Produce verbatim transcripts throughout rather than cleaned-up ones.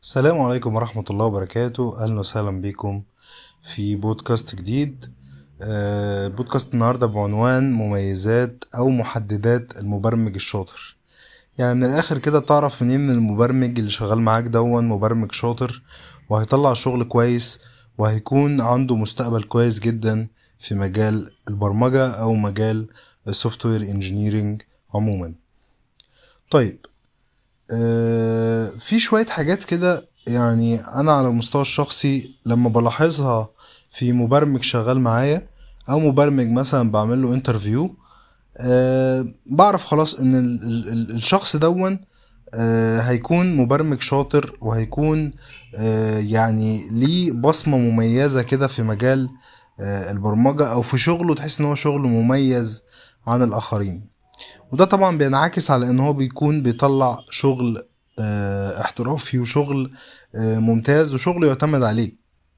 السلام عليكم ورحمة الله وبركاته. أهلا وسهلا بكم في بودكاست جديد. آه، بودكاست النهاردة بعنوان مميزات أو محددات المبرمج الشاطر. يعني من الآخر كده تعرف منين من المبرمج اللي شغال معاك دون مبرمج شاطر وهيطلع شغل كويس وهيكون عنده مستقبل كويس جدا في مجال البرمجة أو مجال السوفت وير انجينيرينج عموما. طيب، آه، في شوية حاجات كده، يعني أنا على المستوى الشخصي لما بلاحظها في مبرمج شغال معايا أو مبرمج مثلا بعمل له انترفيو، أه بعرف خلاص إن ال ال ال الشخص دون أه هيكون مبرمج شاطر وهيكون أه يعني ليه بصمة مميزة كده في مجال أه البرمجة أو في شغله، تحس إن هو شغله مميز عن الآخرين. وده طبعا بينعكس على ان هو بيكون بيطلع شغل آه، احترافي وشغل آه، ممتاز وشغل يعتمد عليه.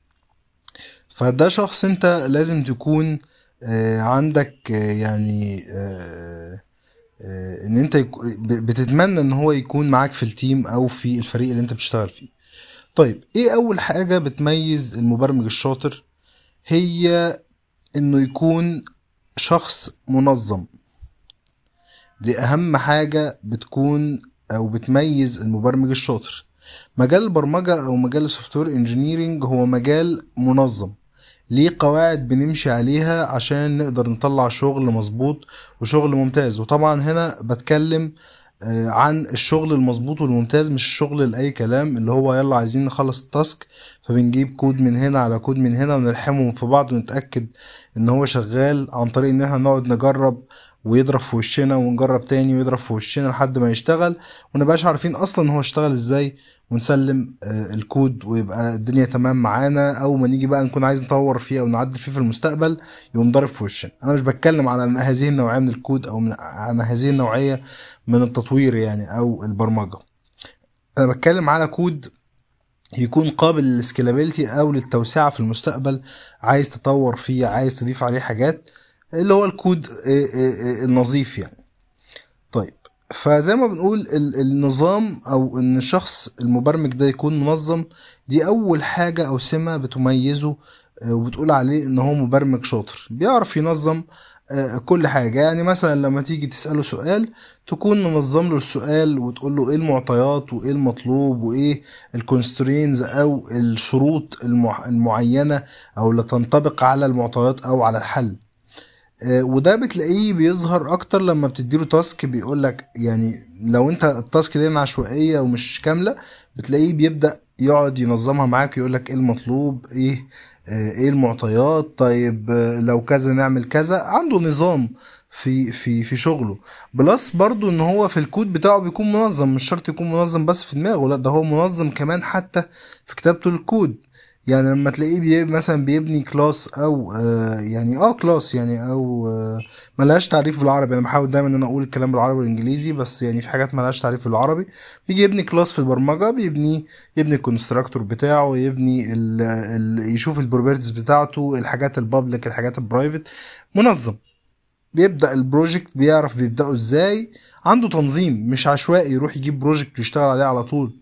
فده شخص انت لازم تكون آه، عندك آه، يعني آه، آه، ان انت يكو- ب- بتتمنى ان هو يكون معاك في التيم او في الفريق اللي انت بتشتغل فيه. طيب، ايه اول حاجة بتميز المبرمج الشاطر؟ هي انه يكون شخص منظم. دي اهم حاجة بتكون او بتميز المبرمج الشاطر. مجال البرمجة او مجال السوفت وير انجينيرينج هو مجال منظم، ليه قواعد بنمشي عليها عشان نقدر نطلع شغل مظبوط وشغل ممتاز. وطبعا هنا بتكلم آه، عن الشغل المظبوط والممتاز، مش الشغل لأي كلام اللي هو يلا عايزين نخلص التاسك فبنجيب كود من هنا على كود من هنا ونلحمهم في بعض ونتأكد ان هو شغال عن طريق ان احنا نقعد نجرب ويضرب في وشنا ونجرب تاني ويضرب في وشنا لحد ما يشتغل ونبقاش عارفين اصلا هو اشتغل ازاي، ونسلم آه، الكود ويبقى الدنيا تمام معانا. او ما نيجي بقى نكون عايز نطور فيه او نعدل فيه في المستقبل يقوم ضارب في وشنا. انا مش بتكلم على هذه النوعية من الكود او من عن هذه النوعية من التطوير يعني او البرمجة. انا بتكلم على كود يكون قابل للسكيلابيلتي او للتوسعة في المستقبل، عايز تطور فيه، عايز تضيف عليه حاجات، اللي هو الكود آه، آه، آه، النظيف يعني. طيب، فزي ما بنقول ال- النظام او ان الشخص المبرمج ده يكون منظم، دي اول حاجة او سمة بتميزه آه، وبتقول عليه ان هو مبرمج شاطر بيعرف ينظم آه، كل حاجة. يعني مثلا لما تيجي تسأله سؤال تكون منظم له السؤال وتقول له ايه المعطيات وايه المطلوب وايه الكونسترينز او الشروط المع- المعينة او اللي تنطبق على المعطيات او على الحل. آه، وده بتلاقيه بيظهر اكتر لما بتديله تاسك. بيقولك يعني لو انت التاسك دي عشوائية ومش كاملة بتلاقيه بيبدأ يقعد ينظمها معاك، يقولك ايه المطلوب، ايه آه، ايه المعطيات. طيب آه، لو كذا نعمل كذا. عنده نظام في في في شغله. بلس برضو ان هو في الكود بتاعه بيكون منظم، مش شرط يكون منظم بس في دماغه، لا ده هو منظم كمان حتى في كتابته الكود. يعني لما تلاقيه بي مثلا بيبني كلاس او آه يعني اه كلاس يعني او آه ملهاش تعريف بالعربي. انا بحاول دايما ان انا اقول الكلام بالعربي والانجليزي، بس يعني في حاجات ملهاش تعريف بالعربي. بيجي يبني كلاس في البرمجه، بيبني يبني الكونستراكتور بتاعه، يبني ال ال يشوف البروبرتيز بتاعته، الحاجات البابليك، الحاجات البرايفت. منظم، بيبدأ البروجكت، بيعرف بيبدأه ازاي. عنده تنظيم، مش عشوائي يروح يجيب بروجكت ويشتغل عليه على طول.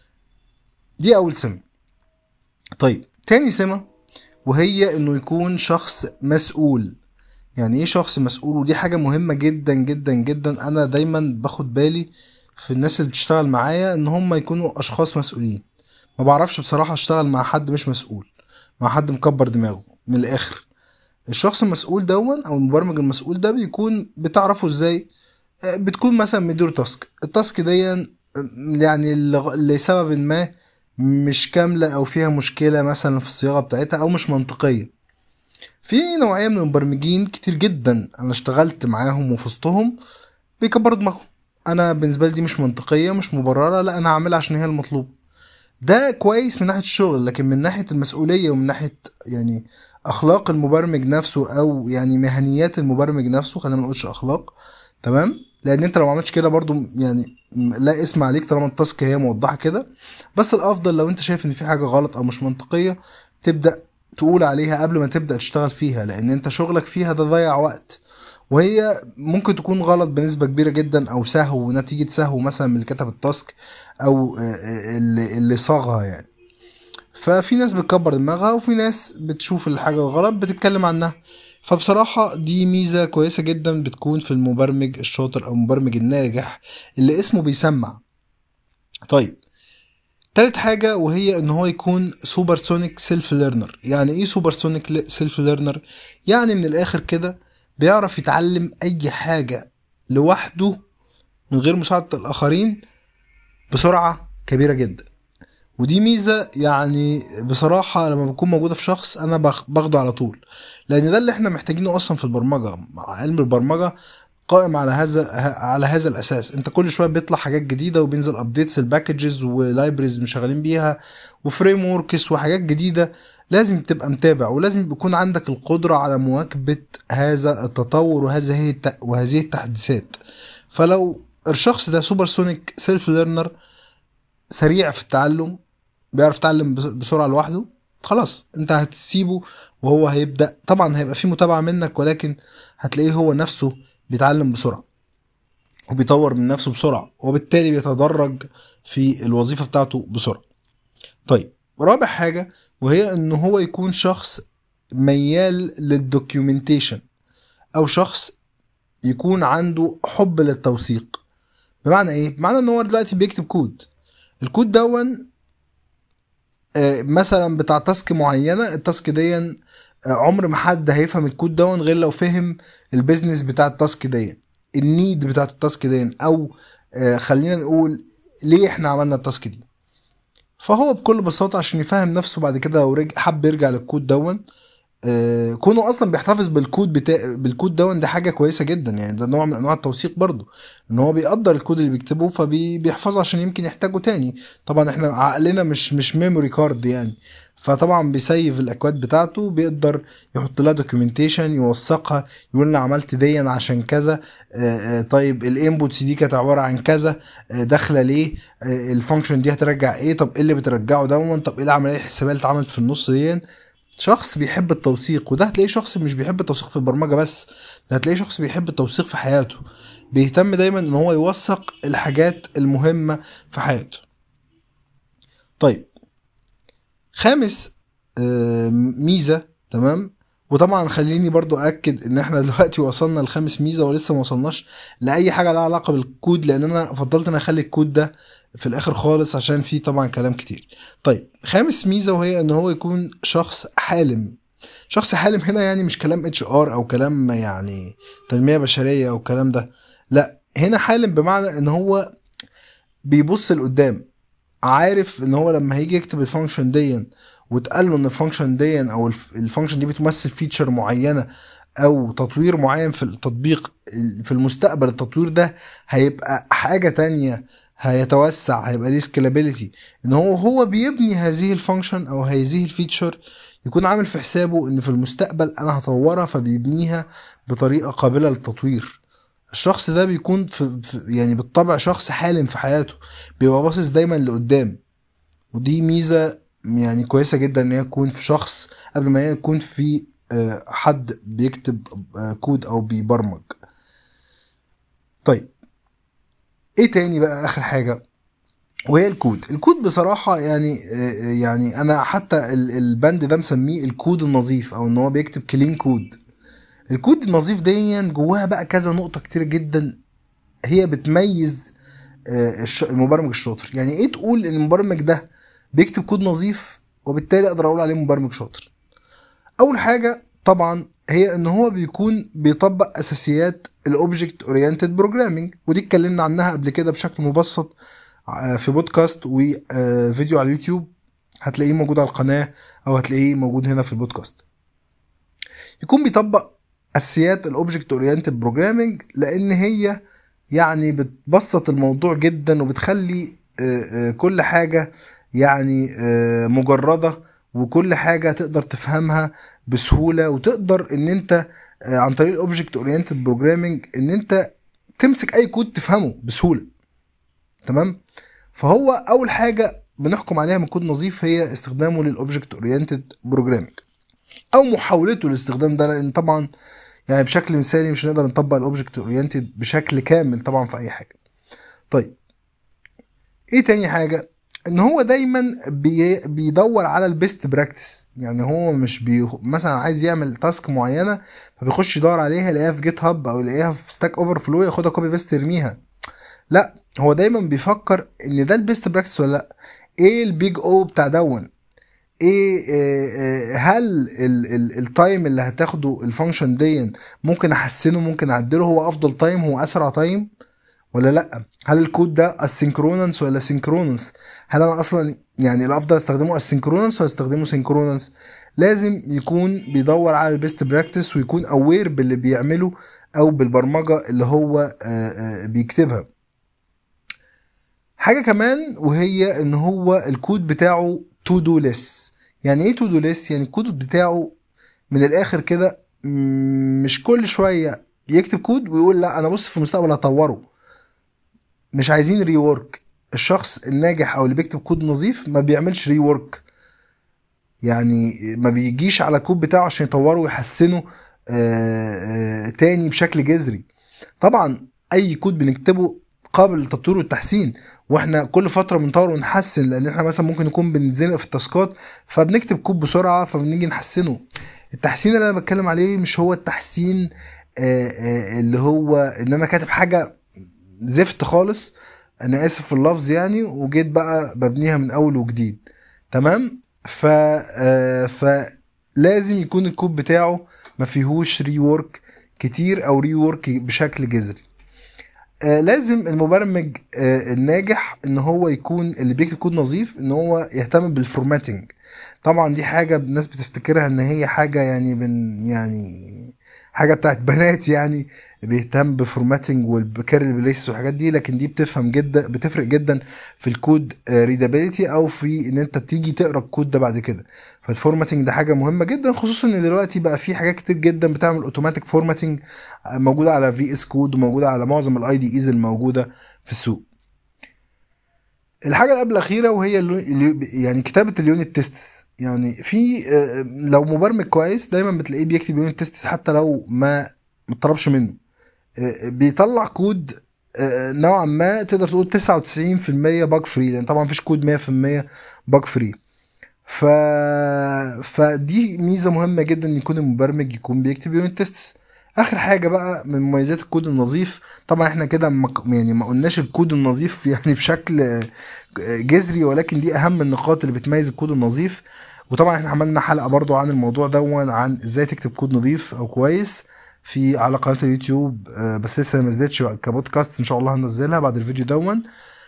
دي اول سمة. طيب، تاني سمة وهي انه يكون شخص مسؤول. يعني ايه شخص مسؤول؟ ودي حاجة مهمة جدا جدا جدا. انا دايما باخد بالي في الناس اللي بتشتغل معايا ان هم يكونوا اشخاص مسؤولين. ما بعرفش بصراحة اشتغل مع حد مش مسؤول، مع حد مكبر دماغه من الاخر. الشخص المسؤول دون او المبرمج المسؤول ده بيكون بتعرفه ازاي؟ آه، بتكون مثلا مدير تاسك، التاسك دي آه، يعني لغ- لسبب ما مش كاملة او فيها مشكلة مثلا في الصياغة بتاعتها او مش منطقية. في نوعية من المبرمجين كتير جدا انا اشتغلت معاهم وفي وسطهم بيكبروا دماغهم. انا بالنسبة لي دي مش منطقية مش مبررة، لا انا هعملها عشان هي المطلوب. ده كويس من ناحية الشغل، لكن من ناحية المسؤولية ومن ناحية يعني اخلاق المبرمج نفسه او يعني مهنيات المبرمج نفسه، خلينا ما نقولش اخلاق. تمام، لان انت لو ما عملتش كده برضو يعني لا اسم عليك طالما التاسك هي موضحة كده. بس الافضل لو انت شايف ان في حاجة غلط او مش منطقية تبدأ تقول عليها قبل ما تبدأ تشتغل فيها، لان انت شغلك فيها ده ضيع وقت وهي ممكن تكون غلط بنسبة كبيرة جدا، او سهو نتيجة سهو مثلا من اللي كتب التاسك او اللي, اللي صاغها يعني. ففي ناس بتكبر دماغها وفي ناس بتشوف الحاجة غلط بتتكلم عنها. فبصراحة دي ميزة كويسة جدا بتكون في المبرمج الشاطر او المبرمج الناجح اللي اسمه بيسمع. طيب، تالت حاجة وهي ان هو يكون سوبر سونيك سيلف ليرنر. يعني ايه سوبر سونيك سيلف ليرنر؟ يعني من الاخر كده بيعرف يتعلم اي حاجة لوحده من غير مساعدة الاخرين بسرعة كبيرة جدا. ودي ميزة يعني بصراحة لما بتكون موجودة في شخص انا باخده على طول، لان ده اللي احنا محتاجينه اصلا في البرمجة. علم البرمجة قائم على هذا على هذا الاساس. انت كل شويه بيطلع حاجات جديده وبينزل ابديتس الباكجز ولايبرز شغالين بيها وفريم وركس وحاجات جديده، لازم تبقى متابع ولازم يكون عندك القدره على مواكبه هذا التطور وهذه وهذه التحديثات. فلو الشخص ده سوبر سونيك سيلف ليرنر، سريع في التعلم، بيعرف يتعلم بسرعه لوحده، خلاص انت هتسيبه وهو هيبدا. طبعا هيبقى في متابعه منك، ولكن هتلاقيه هو نفسه بيتعلم بسرعة وبيطور من نفسه بسرعة، وبالتالي بيتدرج في الوظيفة بتاعته بسرعة. طيب، رابع حاجة وهي انه هو يكون شخص ميال للدوكيومنتيشن، او شخص يكون عنده حب للتوثيق. بمعنى ايه؟ بمعنى ان هو دلوقتي بيكتب كود، الكود دون آه مثلا بتاع تاسك معينة، التاسك دي عمر ما حد هيفهم الكود دون غير لو فهم البيزنس بتاع التاسك دي، النيد بتاعت التاسك دي، او آه خلينا نقول ليه احنا عملنا التاسك دي. فهو بكل بساطة عشان يفهم نفسه بعد كده لو رج... حب يرجع للكود دون، آه كونه اصلا بيحتفظ بالكود بتاع بالكود دون، ده حاجة كويسة جدا يعني. ده نوع من انواع التوثيق برضو، ان هو بيقدر الكود اللي بيكتبه فبيحفظه عشان يمكن يحتاجه تاني. طبعا احنا عقلنا مش مش ميموري كارد يعني، فطبعا بيسيف الاكواد بتاعته، بيقدر يحط لها دوكيومنتيشن يوثقها، يقول انا عملت دي عشان كذا. آآ آآ طيب الانبوتس دي كانت عباره عن كذا، داخله ليه، الفانكشن دي هترجع ايه، طب ايه اللي بترجعه دون، طب ايه العمليه الحسابيه اللي اتعملت في النص دي. شخص بيحب التوثيق، وده هتلاقيه شخص مش بيحب التوثيق في البرمجه بس، ده هتلاقيه شخص بيحب التوثيق في حياته، بيهتم دايما ان هو يوثق الحاجات المهمه في حياته. طيب، خامس ميزة، تمام، وطبعا خليني برضو اكد ان احنا دلوقتي وصلنا لخامس ميزة ولسه ما وصلناش لاي حاجة لها علاقة بالكود، لان انا فضلت ان اخلي الكود ده في الاخر خالص عشان فيه طبعا كلام كتير. طيب، خامس ميزة وهي ان هو يكون شخص حالم. شخص حالم هنا يعني مش كلام اتش ار او كلام يعني تنمية بشرية او الكلام ده، لا، هنا حالم بمعنى ان هو بيبص لقدام، عارف ان هو لما هيجي يكتب الفانكشن دي وتقال له ان الفانكشن دي او الفانكشن دي بتمثل فيتشر معينه او تطوير معين في التطبيق في المستقبل، التطوير ده هيبقى حاجه تانية، هيتوسع، هيبقى ليه سكيلابيليتي، ان هو هو بيبني هذه الفانكشن او هذه الفيتشر، يكون عامل في حسابه ان في المستقبل انا هطورها، فبيبنيها بطريقه قابله للتطوير. الشخص ده بيكون في, في يعني بالطبع شخص حالم في حياته، بيبقى باصص دايما لقدام. ودي ميزة يعني كويسة جدا ان هي تكون في شخص قبل ما هي تكون في حد بيكتب كود او بيبرمج. طيب، ايه تاني بقى اخر حاجة وهي الكود. الكود بصراحة يعني يعني انا حتى البند ده مسميه الكود النظيف، او ان هو بيكتب كلين كود. الكود النظيف دي جواها بقى كذا نقطة كتير جدا هي بتميز المبرمج الشاطر. يعني ايه تقول ان المبرمج ده بيكتب كود نظيف وبالتالي اقدر اقول عليه مبرمج شاطر؟ اول حاجة طبعا هي ان هو بيكون بيطبق اساسيات الاوبجكت اورينتد بروجرامينج، ودي اتكلمنا عنها قبل كده بشكل مبسط في بودكاست وفيديو على اليوتيوب، هتلاقيه موجود على القناة او هتلاقيه موجود هنا في البودكاست. يكون بيطبق اساسيات الاوبجكت اورينتد بروجرامينج لان هي يعني بتبسط الموضوع جدا وبتخلي كل حاجة يعني مجردة، وكل حاجة تقدر تفهمها بسهولة، وتقدر ان انت عن طريق الاوبجكت اورينتد بروجرامينج ان انت تمسك اي كود تفهمه بسهولة. تمام. فهو اول حاجة بنحكم عليها من كود نظيف هي استخدامه للاوبجكت اورينتد بروجرامينج او محاولته لاستخدام ده، لان طبعا يعني بشكل مثالي مش هنقدر نطبق الاوبجكت اورينتد بشكل كامل طبعا في اي حاجه. طيب ايه تاني حاجه؟ ان هو دايما بي بيدور على البيست براكتس. يعني هو مش بي مثلا عايز يعمل تاسك معينه فبيخش يدور عليها يلاقيها في جيت هاب او يلاقيها في ستاك اوفر فلو ياخدها كوبي بيست يرميها. لا، هو دايما بيفكر ان ده البيست براكتس ولا لا. ايه البيج او بتاع دون؟ ايه آه، آه، هل التايم اللي هتاخده الفانكشن دي ممكن احسنه، ممكن اعدله، هو افضل تايم، هو اسرع تايم ولا لا؟ هل الكود ده اسynchronous ولا synchronous؟ هل انا اصلا يعني الافضل استخدمه asynchronous ولا استخدمه synchronous؟ لازم يكون بيدور على البيست براكتس ويكون اوير باللي بيعمله او بالبرمجه اللي هو آه، آه، بيكتبها. حاجه كمان وهي ان هو الكود بتاعه تو دو ليس. يعني ايه تو دو ليس؟ يعني الكود بتاعه من الاخر كده م- مش كل شويه يكتب كود ويقول لا انا بص في المستقبل هطوره. مش عايزين ري وورك. الشخص الناجح او اللي بيكتب كود نظيف ما بيعملش ري وورك. يعني ما بيجيش على الكود بتاعه عشان يطوره ويحسنه آه، آه، تاني بشكل جذري. طبعا اي كود بنكتبه قابل للتطوير والتحسين، واحنا كل فتره بنطور ونحسن، لان احنا مثلا ممكن نكون بنزنق في التاسكات فبنكتب كود بسرعه فبنيجي نحسنه. التحسين اللي انا بتكلم عليه مش هو التحسين آه، آه، اللي هو ان انا كاتب حاجه زفت خالص، انا اسف في اللفظ يعني، وجيت بقى ببنيها من اول وجديد. تمام. ف آه، فلازم يكون الكود بتاعه ما فيهوش ري وورك كتير او ري وورك بشكل جذري. آه لازم المبرمج آه الناجح ان هو يكون اللي بيكتب كود نظيف ان هو يهتم بالفورماتنج. طبعا دي حاجه الناس بتفتكرها ان هي حاجه يعني بن يعني حاجه بتاعت بنات يعني، بيهتم بفورماتنج والكيرل بليس والحاجات دي، لكن دي بتفهم جدا بتفرق جدا في الكود ريدابيليتي او في ان انت تيجي تقرا الكود ده بعد كده. فالفورماتنج ده حاجه مهمه جدا، خصوصا ان دلوقتي بقى في حاجات كتير جدا بتعمل اوتوماتيك فورماتنج موجوده على في اس كود وموجوده على معظم الاي دي ايز الموجوده في السوق. الحاجه اللي قبل الاخيره وهي اللو... يعني كتابه اليونت تيست. يعني في آه، لو مبرمج كويس دايما بتلاقيه بيكتب يونت تيست حتى لو ما مطلبش منه. آه، بيطلع كود آه، نوعا ما تقدر تقول تسعة وتسعين في المية باج فري، لان طبعا مفيش كود مية في المية باج فري. ف... فدي ميزه مهمه جدا ان يكون المبرمج يكون بيكتب يونت تيست. اخر حاجه بقى من مميزات الكود النظيف، طبعا احنا كده مك... يعني ما قلناش الكود النظيف يعني بشكل جذري، ولكن دي اهم النقاط اللي بتميز الكود النظيف. وطبعا احنا عملنا حلقه برضو عن الموضوع ده، عن ازاي تكتب كود نظيف او كويس في على قناه اليوتيوب، آه، بس لسه ما نزلتش كبودكاست، ان شاء الله هنزلها بعد الفيديو دون.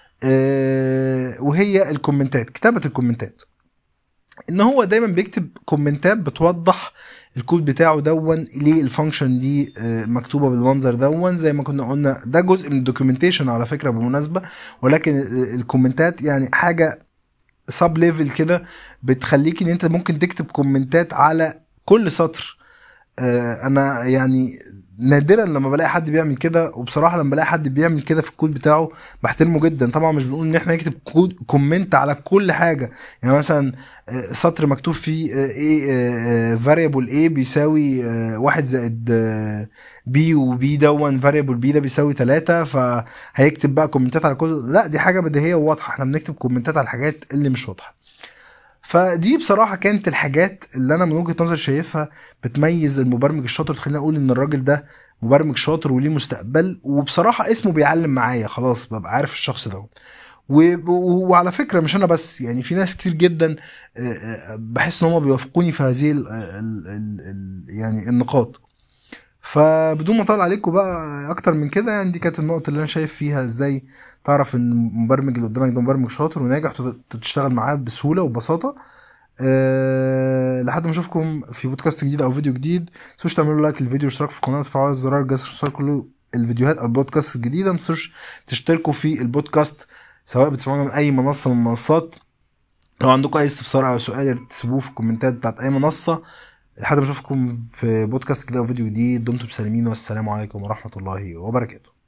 آه، وهي الكومنتات، كتابه الكومنتات. ان هو دايما بيكتب كومنتات بتوضح الكود بتاعه دون ليه الفانكشن دي آه، مكتوبه بالمنظر دون. زي ما كنا قلنا ده جزء من الدوكيومنتيشن على فكره بالمناسبه، ولكن ال- الكومنتات يعني حاجه سب ليفل كده بتخليك ان انت ممكن تكتب كومنتات على كل سطر. آه، انا يعني نادرا لما بلاقي حد بيعمل كده، وبصراحه لما بلاقي حد بيعمل كده في الكود بتاعه بحترمه جدا. طبعا مش بنقول ان احنا نكتب كود كومنت على كل حاجه، يعني مثلا آه، سطر مكتوب فيه ايه فاريبل ايه بيساوي آه، واحد زائد بي، وبي دون فاريبل بي ده بيساوي تلاتة، فهيكتب بقى كومنتات على كل. لا، دي حاجه بديهيه وواضحه، احنا بنكتب كومنتات على الحاجات اللي مش واضحه. فدي بصراحة كانت الحاجات اللي أنا من وجهة نظري شايفها بتميز المبرمج الشاطر، تخليني أقول إن الراجل ده مبرمج شاطر وليه مستقبل. وبصراحة اسمه بيعلم معايا، خلاص ببقى عارف الشخص ده. و- و- وعلى فكرة مش أنا بس، يعني في ناس كتير جدا آه، آه، بحس إن هما بيوافقوني في هذه ال ال ال ال يعني النقاط. فبدون ما اطول عليكم بقى اكتر من كده، يعني دي كانت النقطة اللي انا شايف فيها ازاي تعرف ان المبرمج اللي قدامك ده مبرمج شاطر وناجح وتشتغل معاه بسهولة وببساطة. أه لحد ما اشوفكم في بودكاست جديد او فيديو جديد، متنسوش تعملوا لايك للفيديو واشتراك في القناه وتفعلوا زرار الجرس عشان توصلكوا كل الفيديوهات او البودكاست الجديده. متنسوش تشتركوا في البودكاست سواء بتسمعونا من اي منصه من المنصات. لو عندكم اي استفسار او سؤال يا ريت تسيبوه في الكومنتات بتاعت اي منصه. لحد ما اشوفكم في بودكاست جديد او فيديو جديد، دمتم سالمين والسلام عليكم ورحمه الله وبركاته.